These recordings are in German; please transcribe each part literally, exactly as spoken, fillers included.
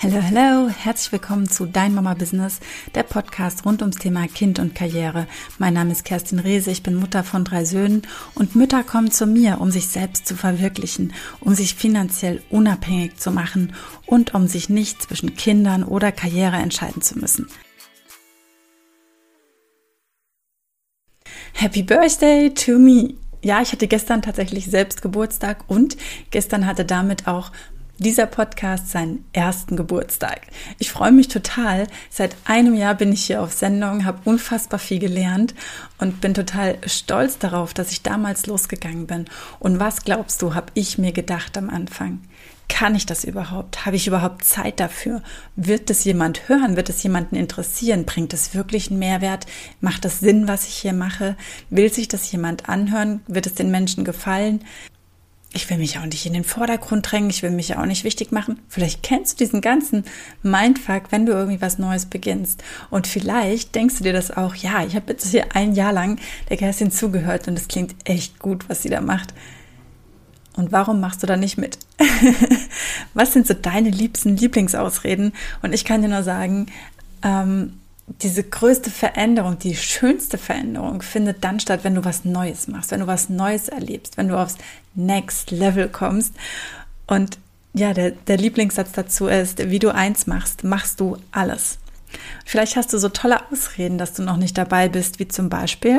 Hallo, hallo, herzlich willkommen zu Dein Mama Business, der Podcast rund ums Thema Kind und Karriere. Mein Name ist Kerstin Rehse, ich bin Mutter von drei Söhnen und Mütter kommen zu mir, um sich selbst zu verwirklichen, um sich finanziell unabhängig zu machen und um sich nicht zwischen Kindern oder Karriere entscheiden zu müssen. Happy Birthday to me! Ja, ich hatte gestern tatsächlich selbst Geburtstag und gestern hatte damit auch dieser Podcast seinen ersten Geburtstag. Ich freue mich total. Seit einem Jahr bin ich hier auf Sendung, habe unfassbar viel gelernt und bin total stolz darauf, dass ich damals losgegangen bin. Und was glaubst du, habe ich mir gedacht am Anfang? Kann ich das überhaupt? Habe ich überhaupt Zeit dafür? Wird es jemand hören? Wird es jemanden interessieren? Bringt es wirklich einen Mehrwert? Macht es Sinn, was ich hier mache? Will sich das jemand anhören? Wird es den Menschen gefallen? Ich will mich auch nicht in den Vordergrund drängen, ich will mich auch nicht wichtig machen. Vielleicht kennst du diesen ganzen Mindfuck, wenn du irgendwie was Neues beginnst. Und vielleicht denkst du dir das auch, ja, ich habe jetzt hier ein Jahr lang der Kerstin zugehört und es klingt echt gut, was sie da macht. Und warum machst du da nicht mit? Was sind so deine liebsten Lieblingsausreden? Und ich kann dir nur sagen, ähm, diese größte Veränderung, die schönste Veränderung findet dann statt, wenn du was Neues machst, wenn du was Neues erlebst, wenn du aufs Next Level kommst. Und ja, der, der Lieblingssatz dazu ist, wie du eins machst, machst du alles. Vielleicht hast du so tolle Ausreden, dass du noch nicht dabei bist, wie zum Beispiel,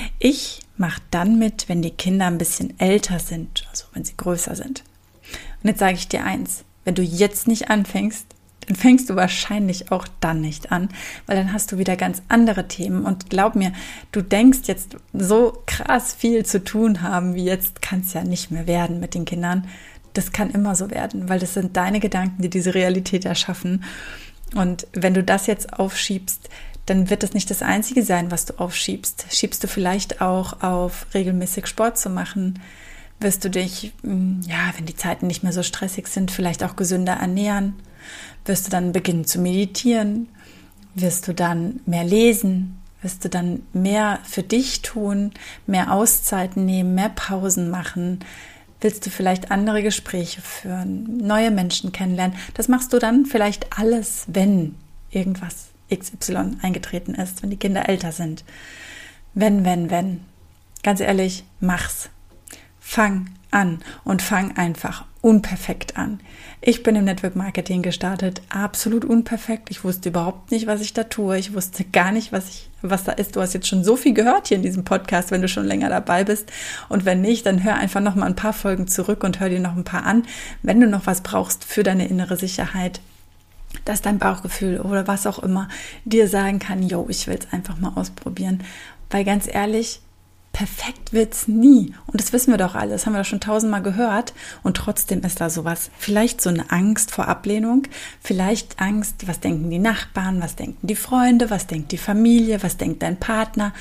ich mache dann mit, wenn die Kinder ein bisschen älter sind, also wenn sie größer sind. Und jetzt sage ich dir eins, wenn du jetzt nicht anfängst, dann fängst du wahrscheinlich auch dann nicht an, weil dann hast du wieder ganz andere Themen und glaub mir, du denkst jetzt so krass viel zu tun haben, wie jetzt kann es ja nicht mehr werden mit den Kindern. Das kann immer so werden, weil das sind deine Gedanken, die diese Realität erschaffen. Und wenn du das jetzt aufschiebst, dann wird das nicht das Einzige sein, was du aufschiebst. Schiebst du vielleicht auch auf regelmäßig Sport zu machen, wirst du dich, ja, wenn die Zeiten nicht mehr so stressig sind, vielleicht auch gesünder ernähren. Wirst du dann beginnen zu meditieren? Wirst du dann mehr lesen? Wirst du dann mehr für dich tun, mehr Auszeiten nehmen, mehr Pausen machen? Willst du vielleicht andere Gespräche führen, neue Menschen kennenlernen? Das machst du dann vielleicht alles, wenn irgendwas X Y eingetreten ist, wenn die Kinder älter sind. Wenn, wenn, wenn. Ganz ehrlich, mach's. Fang an und fang einfach unperfekt an. Ich bin im Network Marketing gestartet, absolut unperfekt. Ich wusste überhaupt nicht, was ich da tue. Ich wusste gar nicht, was ich, was da ist. Du hast jetzt schon so viel gehört hier in diesem Podcast, wenn du schon länger dabei bist. Und wenn nicht, dann hör einfach noch mal ein paar Folgen zurück und hör dir noch ein paar an, wenn du noch was brauchst für deine innere Sicherheit, dass dein Bauchgefühl oder was auch immer dir sagen kann, yo, ich will es einfach mal ausprobieren. Weil ganz ehrlich, perfekt wird's nie. Und das wissen wir doch alle, das haben wir doch schon tausendmal gehört. Und trotzdem ist da sowas. Vielleicht so eine Angst vor Ablehnung, vielleicht Angst, was denken die Nachbarn, was denken die Freunde, was denkt die Familie, was denkt dein Partner.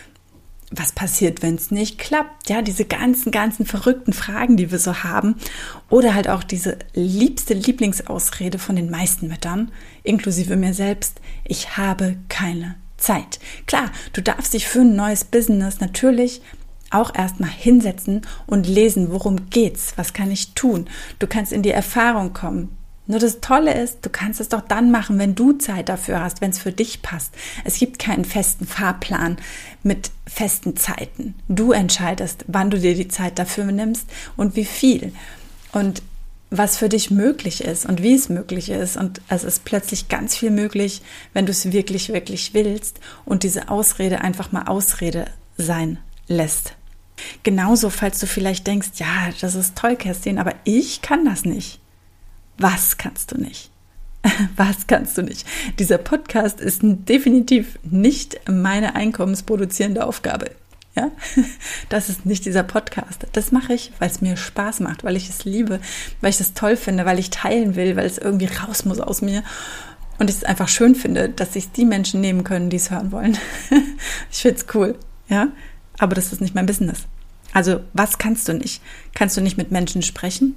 Was passiert, wenn es nicht klappt? Ja, diese ganzen, ganzen verrückten Fragen, die wir so haben. Oder halt auch diese liebste Lieblingsausrede von den meisten Müttern, inklusive mir selbst, ich habe keine Zeit. Klar, du darfst dich für ein neues Business natürlich auch erstmal hinsetzen und lesen, worum geht's, was kann ich tun. Du kannst in die Erfahrung kommen. Nur das Tolle ist, du kannst es doch dann machen, wenn du Zeit dafür hast, wenn es für dich passt. Es gibt keinen festen Fahrplan mit festen Zeiten. Du entscheidest, wann du dir die Zeit dafür nimmst und wie viel. Und was für dich möglich ist und wie es möglich ist. Und es ist plötzlich ganz viel möglich, wenn du es wirklich, wirklich willst und diese Ausrede einfach mal Ausrede sein lässt. Genauso, falls du vielleicht denkst, ja, das ist toll, Kerstin, aber ich kann das nicht. Was kannst du nicht? Was kannst du nicht? Dieser Podcast ist definitiv nicht meine einkommensproduzierende Aufgabe. Ja, das ist nicht dieser Podcast. Das mache ich, weil es mir Spaß macht, weil ich es liebe, weil ich es toll finde, weil ich teilen will, weil es irgendwie raus muss aus mir. Und ich es einfach schön finde, dass sich die Menschen nehmen können, die es hören wollen. Ich finde es cool, ja. Aber das ist nicht mein Business. Also, was kannst du nicht? Kannst du nicht mit Menschen sprechen?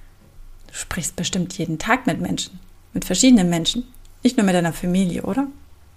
Du sprichst bestimmt jeden Tag mit Menschen, mit verschiedenen Menschen. Nicht nur mit deiner Familie, oder?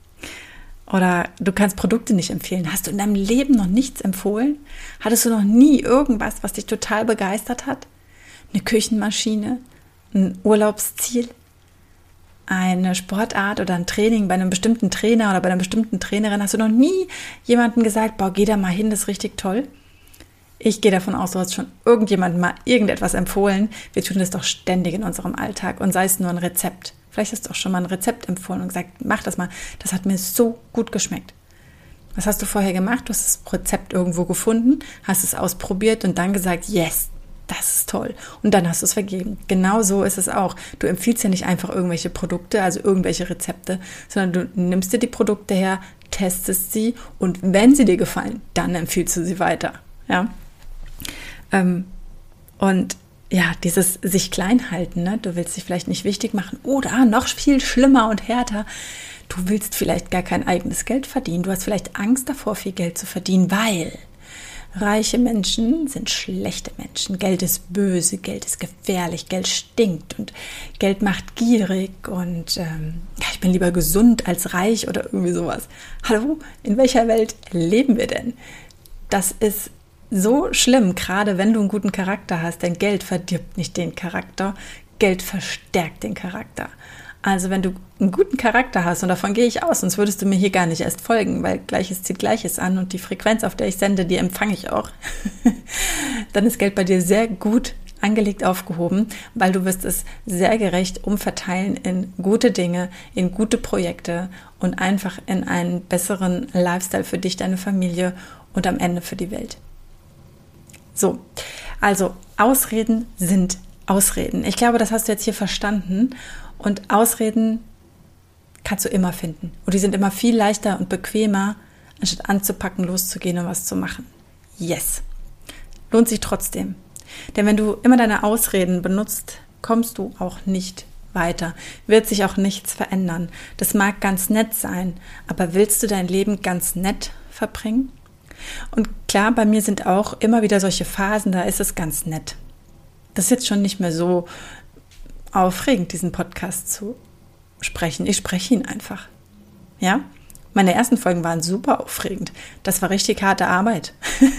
Oder du kannst Produkte nicht empfehlen. Hast du in deinem Leben noch nichts empfohlen? Hattest du noch nie irgendwas, was dich total begeistert hat? Eine Küchenmaschine? Ein Urlaubsziel? eine Sportart oder ein Training bei einem bestimmten Trainer oder bei einer bestimmten Trainerin, hast du noch nie jemandem gesagt, boah, geh da mal hin, das ist richtig toll? Ich gehe davon aus, du hast schon irgendjemandem mal irgendetwas empfohlen. Wir tun das doch ständig in unserem Alltag und sei es nur ein Rezept. Vielleicht hast du auch schon mal ein Rezept empfohlen und gesagt, mach das mal, das hat mir so gut geschmeckt. Was hast du vorher gemacht? Du hast das Rezept irgendwo gefunden, hast es ausprobiert und dann gesagt, yes, das ist toll. Und dann hast du es vergeben. Genau so ist es auch. Du empfiehlst ja nicht einfach irgendwelche Produkte, also irgendwelche Rezepte, sondern du nimmst dir die Produkte her, testest sie und wenn sie dir gefallen, dann empfiehlst du sie weiter. Ja. Ähm, und ja, dieses sich klein halten, ne? Du willst dich vielleicht nicht wichtig machen oder noch viel schlimmer und härter. Du willst vielleicht gar kein eigenes Geld verdienen. Du hast vielleicht Angst davor, viel Geld zu verdienen, weil reiche Menschen sind schlechte Menschen. Geld ist böse, Geld ist gefährlich, Geld stinkt und Geld macht gierig und ähm, ja, ich bin lieber gesund als reich oder irgendwie sowas. Hallo, in welcher Welt leben wir denn? Das ist so schlimm, gerade wenn du einen guten Charakter hast, denn Geld verdirbt nicht den Charakter, Geld verstärkt den Charakter. Also wenn du einen guten Charakter hast, und davon gehe ich aus, sonst würdest du mir hier gar nicht erst folgen, weil Gleiches zieht Gleiches an und die Frequenz, auf der ich sende, die empfange ich auch, dann ist Geld bei dir sehr gut angelegt aufgehoben, weil du wirst es sehr gerecht umverteilen in gute Dinge, in gute Projekte und einfach in einen besseren Lifestyle für dich, deine Familie und am Ende für die Welt. So, also Ausreden sind Ausreden. Ich glaube, das hast du jetzt hier verstanden. Und Ausreden kannst du immer finden. Und die sind immer viel leichter und bequemer, anstatt anzupacken, loszugehen und was zu machen. Yes. Lohnt sich trotzdem. Denn wenn du immer deine Ausreden benutzt, kommst du auch nicht weiter. Wird sich auch nichts verändern. Das mag ganz nett sein, aber willst du dein Leben ganz nett verbringen? Und klar, bei mir sind auch immer wieder solche Phasen, da ist es ganz nett. Das ist jetzt schon nicht mehr so aufregend, diesen Podcast zu sprechen. Ich spreche ihn einfach. Ja? Meine ersten Folgen waren super aufregend. Das war richtig harte Arbeit.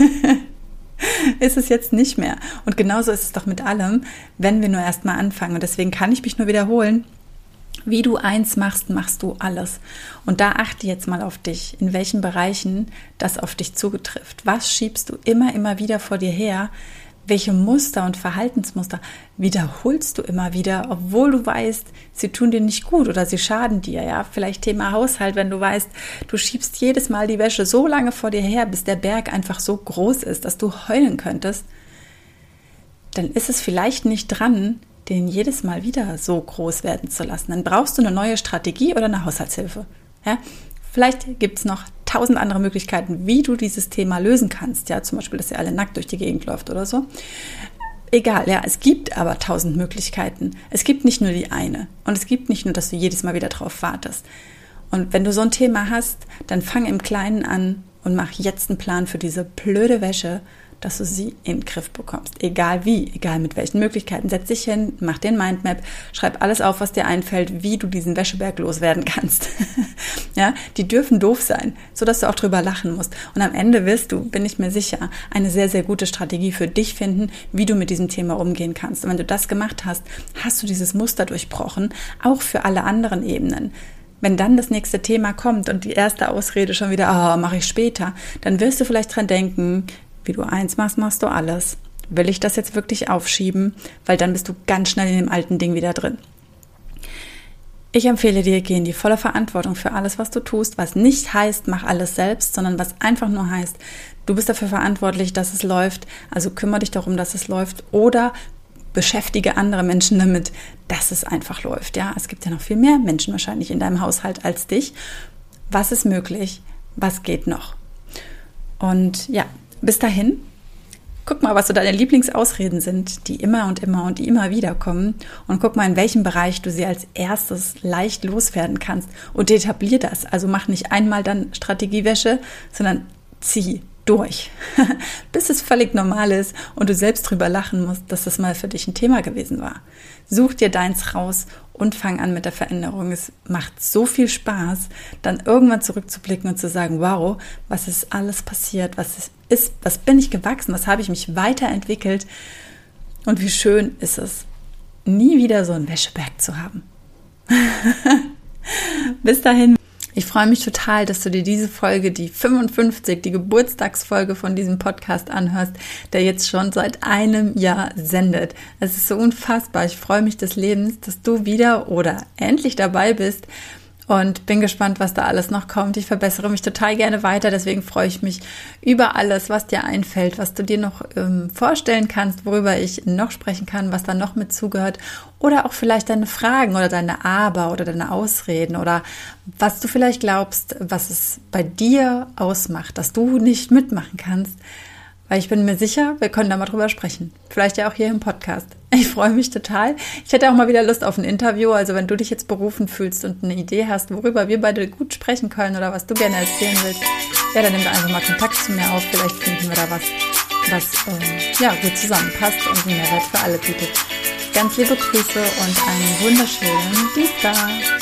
Ist es jetzt nicht mehr. Und genauso ist es doch mit allem, wenn wir nur erst mal anfangen. Und deswegen kann ich mich nur wiederholen, wie du eins machst, machst du alles. Und da achte jetzt mal auf dich, in welchen Bereichen das auf dich zugetrifft. Was schiebst du immer, immer wieder vor dir her? Welche Muster und Verhaltensmuster wiederholst du immer wieder, obwohl du weißt, sie tun dir nicht gut oder sie schaden dir, ja? Vielleicht Thema Haushalt, wenn du weißt, du schiebst jedes Mal die Wäsche so lange vor dir her, bis der Berg einfach so groß ist, dass du heulen könntest, dann ist es vielleicht nicht dran, den jedes Mal wieder so groß werden zu lassen. Dann brauchst du eine neue Strategie oder eine Haushaltshilfe, ja? Vielleicht gibt es noch tausend andere Möglichkeiten, wie du dieses Thema lösen kannst. Ja, zum Beispiel, dass ihr alle nackt durch die Gegend läuft oder so. Egal, ja, es gibt aber tausend Möglichkeiten. Es gibt nicht nur die eine. Und es gibt nicht nur, dass du jedes Mal wieder drauf wartest. Und wenn du so ein Thema hast, dann fang im Kleinen an und mach jetzt einen Plan für diese blöde Wäsche, dass du sie in den Griff bekommst. Egal wie, egal mit welchen Möglichkeiten. Setz dich hin, mach den Mindmap, schreib alles auf, was dir einfällt, wie du diesen Wäscheberg loswerden kannst. Ja, die dürfen doof sein, sodass du auch drüber lachen musst. Und am Ende wirst du, bin ich mir sicher, eine sehr, sehr gute Strategie für dich finden, wie du mit diesem Thema umgehen kannst. Und wenn du das gemacht hast, hast du dieses Muster durchbrochen, auch für alle anderen Ebenen. Wenn dann das nächste Thema kommt und die erste Ausrede schon wieder, ah, oh, mache ich später, dann wirst du vielleicht dran denken, wie du eins machst, machst du alles. Will ich das jetzt wirklich aufschieben? Weil dann bist du ganz schnell in dem alten Ding wieder drin. Ich empfehle dir, geh in die volle Verantwortung für alles, was du tust, was nicht heißt, mach alles selbst, sondern was einfach nur heißt, du bist dafür verantwortlich, dass es läuft, also kümmere dich darum, dass es läuft oder beschäftige andere Menschen damit, dass es einfach läuft. Ja, es gibt ja noch viel mehr Menschen wahrscheinlich in deinem Haushalt als dich. Was ist möglich? Was geht noch? Und ja, bis dahin, guck mal, was so deine Lieblingsausreden sind, die immer und immer und immer wieder kommen und guck mal, in welchem Bereich du sie als erstes leicht loswerden kannst und etablier das. Also mach nicht einmal dann Strategiewäsche, sondern zieh durch, bis es völlig normal ist und du selbst drüber lachen musst, dass das mal für dich ein Thema gewesen war. Such dir deins raus und fang an mit der Veränderung. Es macht so viel Spaß, dann irgendwann zurückzublicken und zu sagen, wow, was ist alles passiert, was ist, was bin ich gewachsen, was habe ich mich weiterentwickelt und wie schön ist es, nie wieder so einen Wäscheberg zu haben. Bis dahin. Ich freue mich total, dass du dir diese Folge, die fünfundfünfzig, die Geburtstagsfolge von diesem Podcast anhörst, der jetzt schon seit einem Jahr sendet. Es ist so unfassbar. Ich freue mich des Lebens, dass du wieder oder endlich dabei bist und bin gespannt, was da alles noch kommt. Ich verbessere mich total gerne weiter, deswegen freue ich mich über alles, was dir einfällt, was du dir noch ähm, vorstellen kannst, worüber ich noch sprechen kann, was da noch mit zugehört oder auch vielleicht deine Fragen oder deine Aber oder deine Ausreden oder was du vielleicht glaubst, was es bei dir ausmacht, dass du nicht mitmachen kannst. Weil ich bin mir sicher, wir können da mal drüber sprechen. Vielleicht ja auch hier im Podcast. Ich freue mich total. Ich hätte auch mal wieder Lust auf ein Interview. Also wenn du dich jetzt berufen fühlst und eine Idee hast, worüber wir beide gut sprechen können oder was du gerne erzählen willst, ja, dann nimm einfach mal Kontakt zu mir auf. Vielleicht finden wir da was, was äh, ja, gut zusammenpasst und einen Mehrwert für alle bietet. Ganz liebe Grüße und einen wunderschönen Dienstag.